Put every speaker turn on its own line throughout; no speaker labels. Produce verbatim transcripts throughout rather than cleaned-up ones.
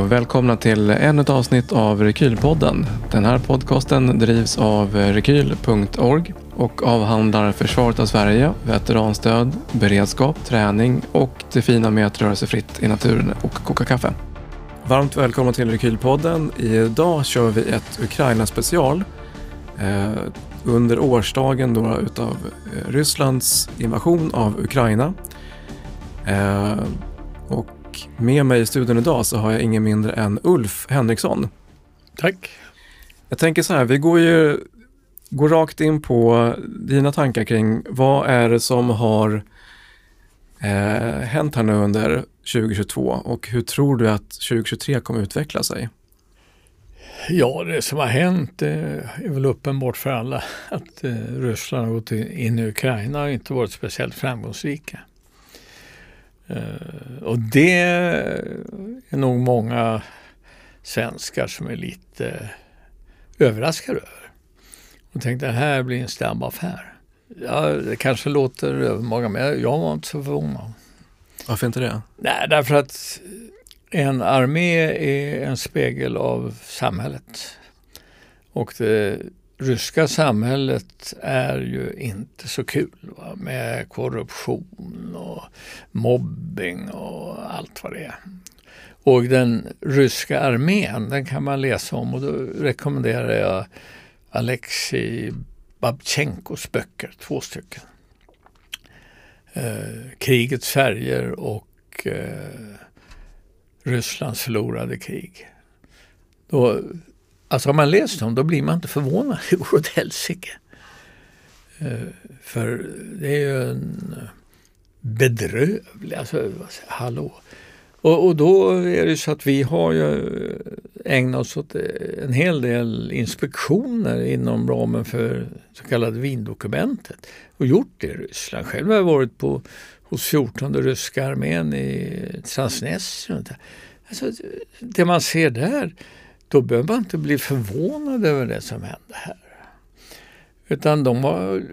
och välkomna till ännu ett avsnitt av Rekylpodden. Den här podcasten drivs av rekyl punkt org och avhandlar försvaret av Sverige, veteranstöd, beredskap, träning och det fina med att röra sig fritt i naturen och koka kaffe. Varmt välkomna till Rekylpodden. Idag kör vi ett Ukraina-special eh, under årsdagen då utav Rysslands invasion av Ukraina. Eh, och med mig i studion idag så har jag ingen mindre än Ulf Henriksson.
Tack.
Jag tänker så här, vi går ju går rakt in på dina tankar kring vad är det som har eh, hänt här nu under tjugohundratjugotvå och hur tror du att tjugohundratjugotre kommer utveckla sig?
Ja, det som har hänt är väl uppenbart för alla att eh, Ryssland har gått in i Ukraina och inte varit speciellt framgångsrika. Uh, och det är nog många svenskar som är lite uh, överraskade över. Och tänkte att det här blir en snabb affär. Ja, det kanske låter övermånga, men jag var inte så förvånad.
Varför inte det?
Nej, därför att en armé är en spegel av samhället. Och det ryska samhället är ju inte så kul, va? Med korruption och mobbing och allt vad det är. Och den ryska armén, den kan man läsa om och då rekommenderar jag Alexej Babchenkos böcker, två stycken. Eh, Krigets färger och eh, Rysslands förlorade krig. Då Alltså om man läser dem, då blir man inte förvånad. Det går åt helsike. Uh, för det är ju en bedrövlig, alltså hallå. Och, och då är det så att vi har ju ägnat oss åt en hel del inspektioner inom ramen för så kallade Wiendokumentet. Och gjort det i Ryssland. Själv har jag varit på, hos fjortonde ryska armén i Transnistrien. Alltså det man ser där, då behöver man inte bli förvånad över det som hände här. Utan de har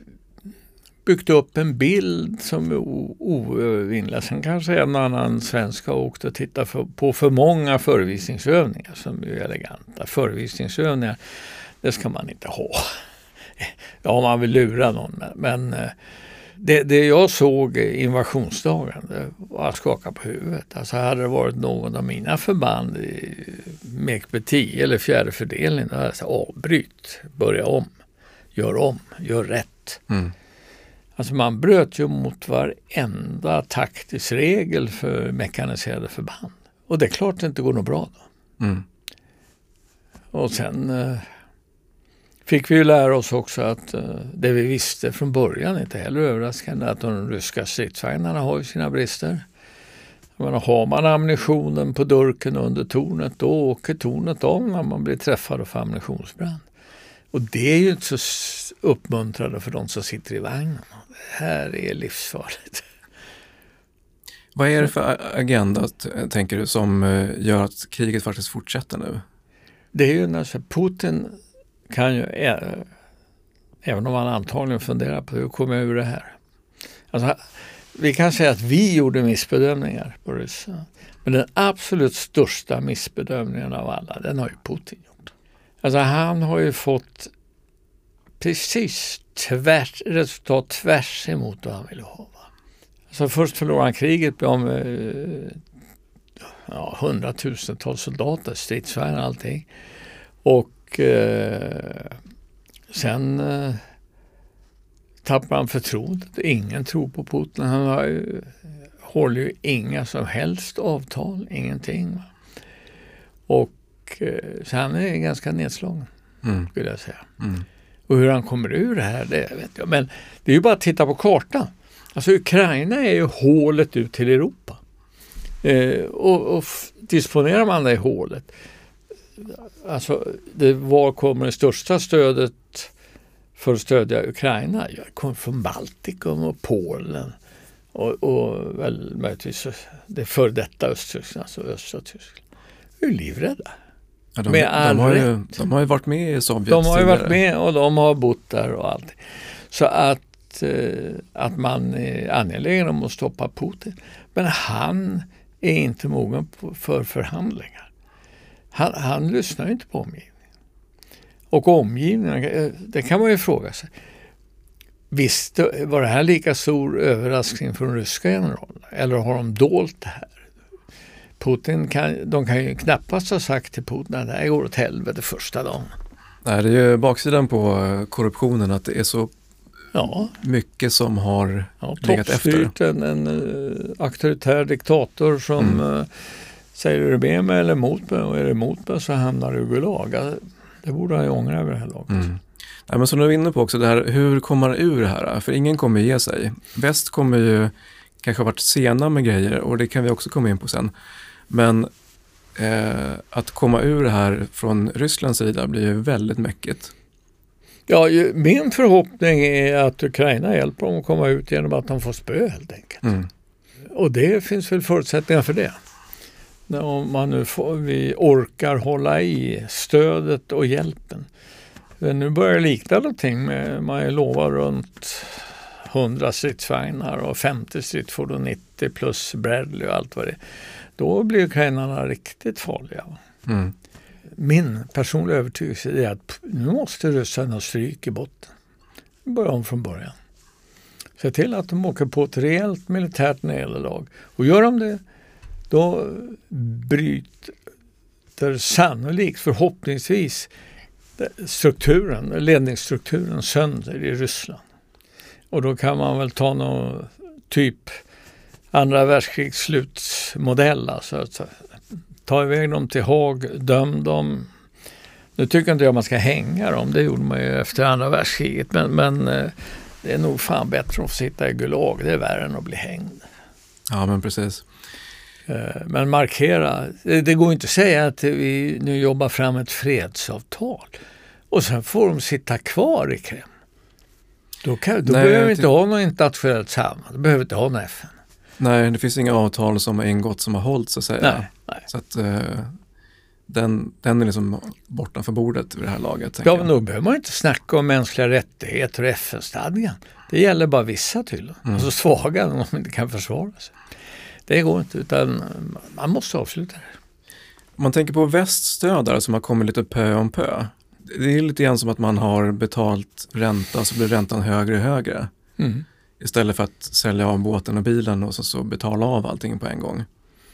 byggt upp en bild som är oövervinnlig. Sen kanske en annan svensk har åkt och tittat för, på för många förevisningsövningar som är eleganta. Förevisningsövningar, det ska man inte ha. Ja, man vill lura någon. Men det, det jag såg invasionsdagen, det var att skaka på huvudet. Alltså hade det varit någon av mina förband i M E K B tio eller fjärde fördelning, då hade jag sagt avbryt, börja om, gör om, gör rätt. Mm. Alltså man bröt ju mot varenda taktisk regel för mekaniserade förband. Och det är klart det inte går något bra då. Mm. Och sen eh, fick vi ju lära oss också att uh, det vi visste från början, inte heller överraskande, att de ryska stridsvagnarna har ju sina brister. Men har man ammunitionen på durken under tornet, då åker tornet om när man blir träffad av ammunitionsbrand. Och det är ju inte så uppmuntrande för de som sitter i vagnen. Det här är livsfarligt.
Vad är det för agenda, tänker du, som gör att kriget faktiskt fortsätter nu?
Det är ju när Putin kan ju, även om man antagligen funderar på hur kommer jag ur det här. Alltså, vi kan säga att vi gjorde missbedömningar på Ryssland. Men den absolut största missbedömningen av alla, den har ju Putin gjort. Alltså han har ju fått precis tvärs, resultat tvärs emot vad han ville ha. Alltså först förlorade han kriget om ja, hundratusentals soldater, stridsvagnar och allting. Och eh, sen eh, tappar han förtroendet. Ingen tror på Putin. Han har ju, håller ju inga som helst avtal, ingenting. Va? Och eh, så han är ganska nedslagen, mm. skulle jag säga. Mm. Och hur han kommer ur det här, det vet jag. Men det är ju bara att titta på kartan. Alltså Ukraina är ju hålet ut till Europa. Eh, och, och f- disponerar man det i hålet, alltså det, var kommer det största stödet för att stödja Ukraina? Ja, det kommer från Baltikum och Polen och, och väl möjligtvis det för detta Östtyskland, alltså östra Tyskland. De är livrädda.
Ja, de, de, har ju, de har ju varit med i Sovjet.
De har ju varit med och de har bott där och allt. Så att, eh, att man är angelägen om att stoppa Putin. Men han är inte mogen för förhandlingar. Han, han lyssnar inte på omgivningen. Och omgivningen, det kan man ju fråga sig. Visst, var det här lika stor överraskning från ryska generaler? Eller har de dolt det här? Putin kan, de kan ju knappast ha sagt till Putin att det här går åt helvete första dagen.
Nej, det är ju baksidan på korruptionen att det är så
ja.
mycket som har
ja,
legat efter.
En, en uh, auktoritär diktator som mm. uh, säger är du med mig eller emot mig, och är det emot mig så hamnar du i Gulag. Det borde jag ångra över det här laget.
Mm. Ja, men som du är inne på också, det här, hur kommer man ur det här? För ingen kommer ge sig. Väst kommer ju kanske ha varit sena med grejer, och det kan vi också komma in på sen. Men eh, att komma ur det här från Rysslands sida blir ju väldigt mäckigt.
Ja, ju, min förhoppning är att Ukraina hjälper dem att komma ut genom att de får spö helt enkelt. Mm. Och det finns väl förutsättningar för det. Om man nu får, vi orkar hålla i stödet och hjälpen. Nu börjar det likna någonting med, man lovar runt hundra stridsvagnar och femtio stridsfordon, nittio plus Bradley och allt vad det är. Då blir ukrainarna riktigt farliga. Mm. Min personliga övertygelse är att nu måste ryssarna ha stryk i botten. Börja om från början. Se till att de åker på ett rejält militärt nederlag. Och gör de det, då bryter sannolikt förhoppningsvis strukturen, ledningsstrukturen sönder i Ryssland. Och då kan man väl ta någon typ andra världskrigs slutsmodell. Alltså att ta iväg dem till Haag, döm dem. Nu tycker inte jag man ska hänga dem, det gjorde man ju efter andra världskriget. Men, men det är nog fan bättre att sitta i Gulag, det är värre än att bli hängd.
Ja, men precis.
Men markera, det går inte att säga att vi nu jobbar fram ett fredsavtal och sen får de sitta kvar i Kreml. Då, kan, då Nej, behöver vi inte ha något internationellt samarbete, då behöver vi inte ha någon F N.
Nej, det finns inga avtal som har ingått som har hållit, så att säga.
Nej, nej.
Så att uh, den, den är liksom borta för bordet vid det här laget.
Ja, men då behöver man inte snacka om mänskliga rättigheter och F N-stadgan. Det gäller bara vissa tydligen. Mm. Alltså svaga, om de inte kan försvara sig. Det går inte, utan man måste avsluta det.
Om man tänker på väststödare som har kommit lite pö om pö. Det är lite grann som att man har betalt ränta, så blir räntan högre och högre. Mm. Istället för att sälja av båten och bilen och så, så betala av allting på en gång.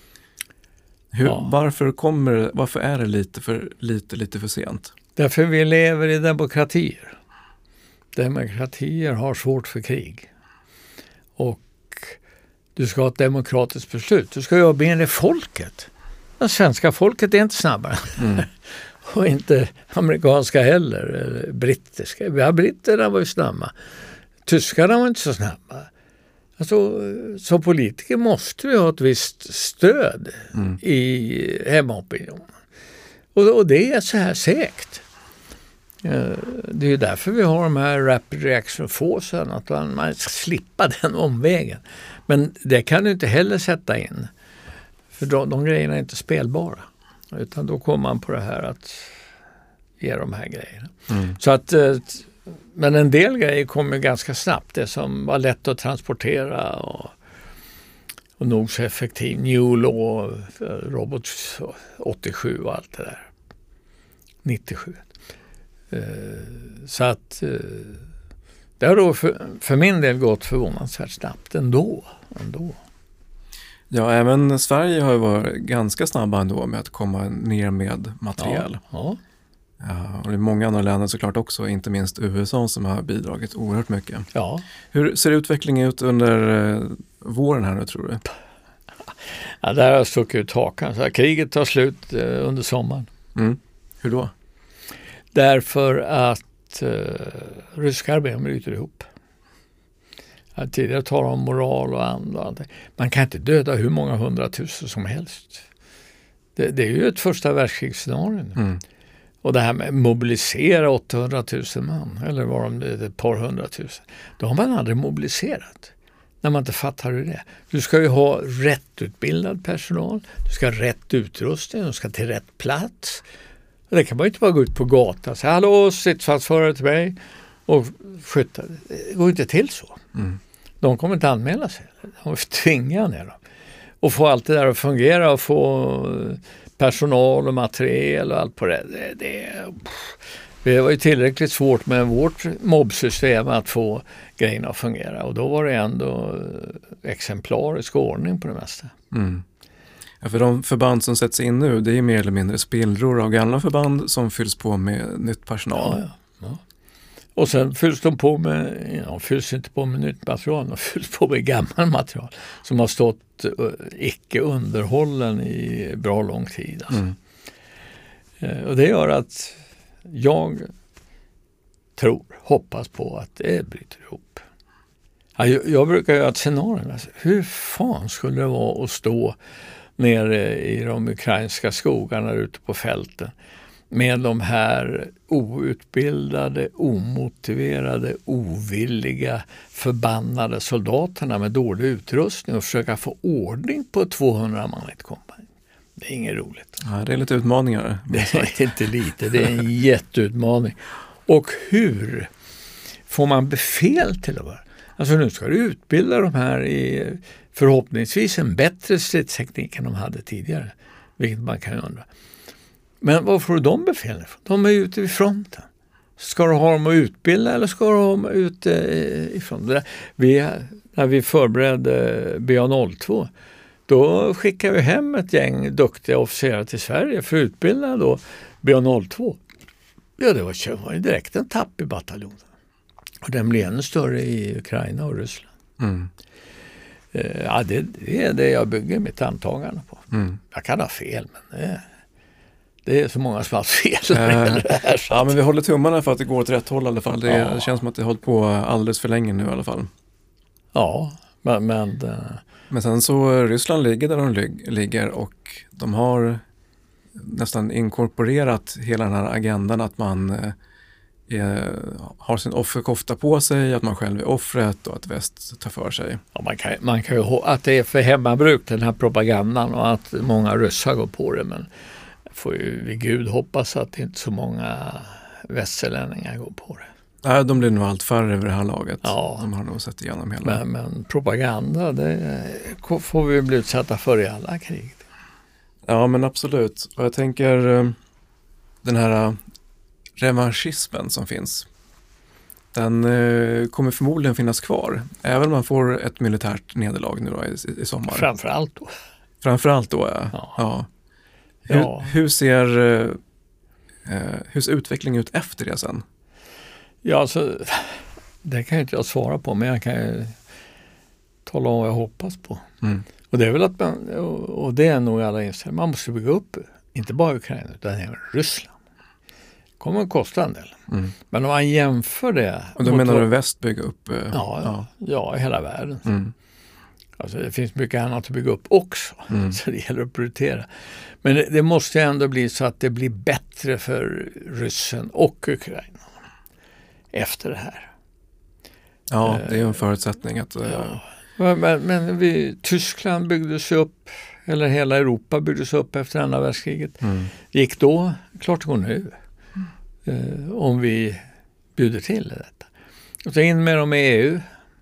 Hur, ja. varför, kommer, varför är det lite för, lite, lite för sent?
Därför vi lever i demokratier. Demokratier har svårt för krig. Och du ska ha ett demokratiskt beslut. Du ska jobba med folket. Det svenska folket är inte snabbare. Mm. Och inte amerikanska heller. Eller brittiska. Ja, britterna var ju snabba. Tyskarna var inte så snabba. Alltså, som politiker måste vi ha ett visst stöd mm. i hemmaopinionen. Och, och det är så här segt. Det är ju därför vi har de här rapid reaction forcen, att man, man ska slippa den omvägen. Men det kan du inte heller sätta in. För de, de grejerna är inte spelbara. Utan då kommer man på det här att ge de här grejerna. Mm. Så att, men en del grejer kommer ganska snabbt. Det som var lätt att transportera och, och nog så effektiv. New Law, Robot åttiosju och allt det där. nittiosju. Så att det har då för, för min del gått förvånansvärt snabbt ändå. ändå.
Ja, även Sverige har ju varit ganska snabba ändå med att komma ner med material.
Ja, ja.
Ja, och det är många andra länder såklart också, inte minst U S A som har bidragit oerhört mycket.
Ja.
Hur ser utvecklingen ut under eh, våren här nu, tror du?
Ja, där har jag stuckit ut hakan. Så här, kriget tar slut eh, under sommaren.
Mm. Hur då?
Därför att eh, ryska armén bryter ihop. Jag tidigare talade om moral och andra. Man kan inte döda hur många hundratusen som helst. Det, det är ju ett första världskrigssscenario. Mm. Och det här med att mobilisera åttahundratusen man, eller var de ett par hundratusen, då har man aldrig mobiliserat. När man inte fattar hur det är. Du ska ju ha rätt utbildad personal, du ska ha rätt utrustning, du ska till rätt plats. Och det kan man ju inte bara gå ut på gatan och säga hallå, sittfastförare till mig och skjuta. Det går inte till så. Mm. De kommer inte anmäla sig. De får tvinga ner dem. och få allt det där att fungera och få personal och material och allt på det. Det, det, det var ju tillräckligt svårt med vårt mobbsystem att få grejerna att fungera. Och då var det ändå exemplarisk ordning på det mesta.
Mm. Ja, för de förband som sätts in nu, det är mer eller mindre spillror av gamla förband som fylls på med nytt personal.
Ja, ja. Ja. Och sen fylls de på med, ja, fylls inte på med nytt material, de fylls på med gammal material som har stått uh, icke underhållen i bra lång tid. Alltså. Mm. Uh, och det gör att jag tror, hoppas på att det bryter ihop. Ja, jag, jag brukar göra ett scenario. Alltså, hur fan skulle det vara att stå nere i de ukrainska skogarna ute på fälten med de här outbildade, omotiverade, ovilliga, förbannade soldaterna med dålig utrustning och försöka få ordning på tvåhundra man i ett kompani. Det är inget roligt.
Ja, det är lite utmaningar.
Det är inte lite, det är en jätteutmaning. Och hur får man befäl till att vara? Alltså nu ska du utbilda de här i förhoppningsvis en bättre stridsteknik än de hade tidigare. Vilket man kan undra. Men vad får de befäl ifrån? De är ute vid fronten. Ska du ha dem att utbilda eller ska du ha dem ute ifrån? Det vi, när vi förberedde B A noll två då skickade vi hem ett gäng duktiga officerare till Sverige för att utbilda då B A noll två. Ja, det var, var direkt en tapp i bataljonen. Och den blir ännu större i Ukraina och Ryssland. Mm. Uh, ja, det, det är det jag bygger mitt antagande på. Mm. Jag kan ha fel, men det, det är så många som har fel. Uh, det här,
ja, men vi håller tummarna för att det går åt rätt håll i alla fall. Det, ja. Det känns som att det har hållit på alldeles för länge nu i alla fall.
Ja, men... Men, uh,
men sen så Ryssland ligger där de lig- ligger och de har nästan inkorporerat hela den här agendan att man... Uh, Är, har sin offerkofta på sig, att man själv är offret och att väst tar för sig.
Ja, man kan, man kan ju att det är för hemmabruk den här propagandan och att många ryssar går på det, men får ju vid Gud hoppas att inte så många västerlänningar går på det.
Nej, de blir nog allt färre över det här laget.
Ja.
De har nog sett igenom hela.
Men, men propaganda, det får vi bli utsatta för i alla krig.
Ja, men absolut. Och jag tänker den här revanschismen som finns, den eh, kommer förmodligen finnas kvar. Även om man får ett militärt nederlag nu då i, i sommar.
Framförallt då.
Framförallt då, ja. ja. ja. Hur, ja. Hur, ser, eh, hur ser utvecklingen ut efter det sen?
Ja, alltså, det kan jag inte jag svara på, men jag kan ju tala om vad jag hoppas på. Mm. Och det är väl att man, och det är nog alla inser, man måste bygga upp, inte bara Ukraina utan även Ryssland. Kommer att kosta en del. Mm. Men om man jämför det...
Och då menar du väst bygga upp? Eh,
ja, ja. ja, hela världen. Mm. Alltså det finns mycket annat att bygga upp också. Mm. Så det gäller att prioritera. Men det, det måste ändå bli så att det blir bättre för Ryssen och Ukraina efter det här.
Ja, det är en förutsättning att... Uh...
Ja. Men, men vi, Tyskland byggdes upp, eller hela Europa byggdes upp efter andra världskriget. Mm. Gick då, klart det går nu. Uh, om vi bjuder till detta. Och så in med dem i E U.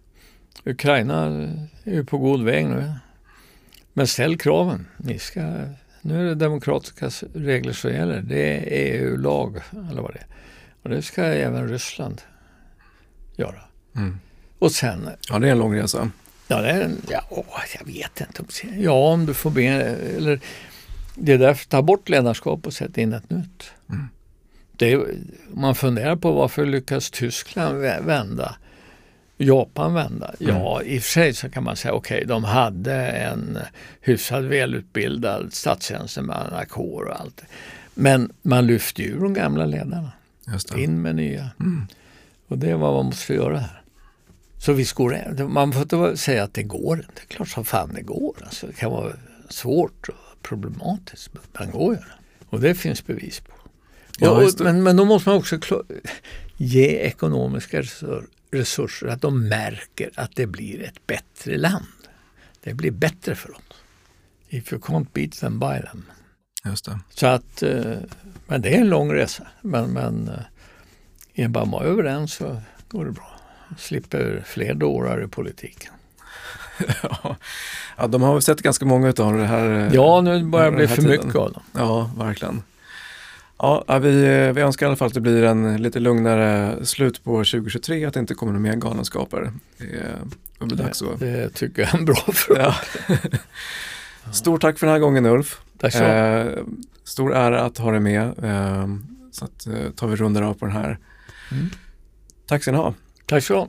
Ukraina är ju på god väg nu. Men ställ kraven. Ni ska, nu är det demokratiska regler som gäller. Det är E U-lag eller vad det är. Och det ska även Ryssland göra. Mm. Och sen...
Ja, det är en lång resa.
Ja, det är en, ja åh, jag vet inte. Ja, om du får be... Eller, det är därför ta bort ledarskap och sätta in ett nytt. Mm. Det är, man funderar på varför lyckas Tyskland vända, Japan vända. Mm. Ja, i och för sig så kan man säga okej, okay, de hade en hyfsat välutbildad statstjänstemannakår och allt. Men man lyfte ju de gamla ledarna. Just det. In med nya. Mm. Och det är vad man måste göra här. Så vi går, man får inte säga att det går inte. Det är klart som fan det går. Alltså, det kan vara svårt och problematiskt, men man går ju. Och det finns bevis på. Ja, och, men, men då måste man också klar, ge ekonomiska resurser att de märker att det blir ett bättre land. Det blir bättre för dem. If you can't beat them, buy them.
Just det.
Så att, men det är en lång resa. Men, men är bara man överens så går det bra. Slipper fler dårar i politiken.
Ja, de har väl sett ganska många utav det här.
Ja, nu börjar det bli för
tiden.
mycket av dem.
Ja, verkligen. Ja, vi, vi önskar i alla fall att det blir en lite lugnare slut på tjugo tjugotre, att det inte kommer några mer galenskaper. Det blir dags att...
Det tycker jag är en bra fråga.
Ja. Stort tack för den här gången, Ulf.
Tack så.
Eh, stor ära att ha dig med. Eh, så att, eh, tar vi rundar av på den här.
Mm.
Tack ska ni ha.
Tack så.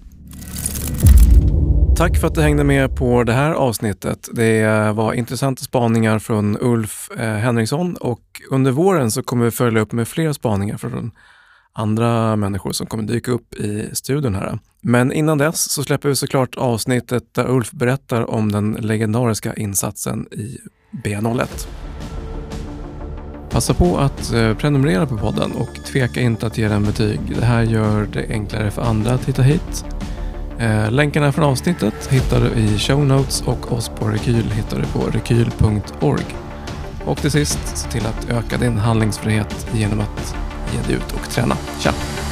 Tack för att du hängde med på det här avsnittet. Det var intressanta spaningar från Ulf eh, Henriksson, och under våren så kommer vi följa upp med fler spaningar från andra människor som kommer dyka upp i studion här. Men innan dess så släpper vi såklart avsnittet där Ulf berättar om den legendariska insatsen i B noll ett. Passa på att prenumerera på podden och tveka inte att ge den betyg. Det här gör det enklare för andra att hitta hit. Eh, länkarna från avsnittet hittar du i show notes, och oss på Rekyl hittar du på rekyl punkt org. Och till sist, se till att öka din handlingsfrihet genom att ge dig ut och träna. Tja!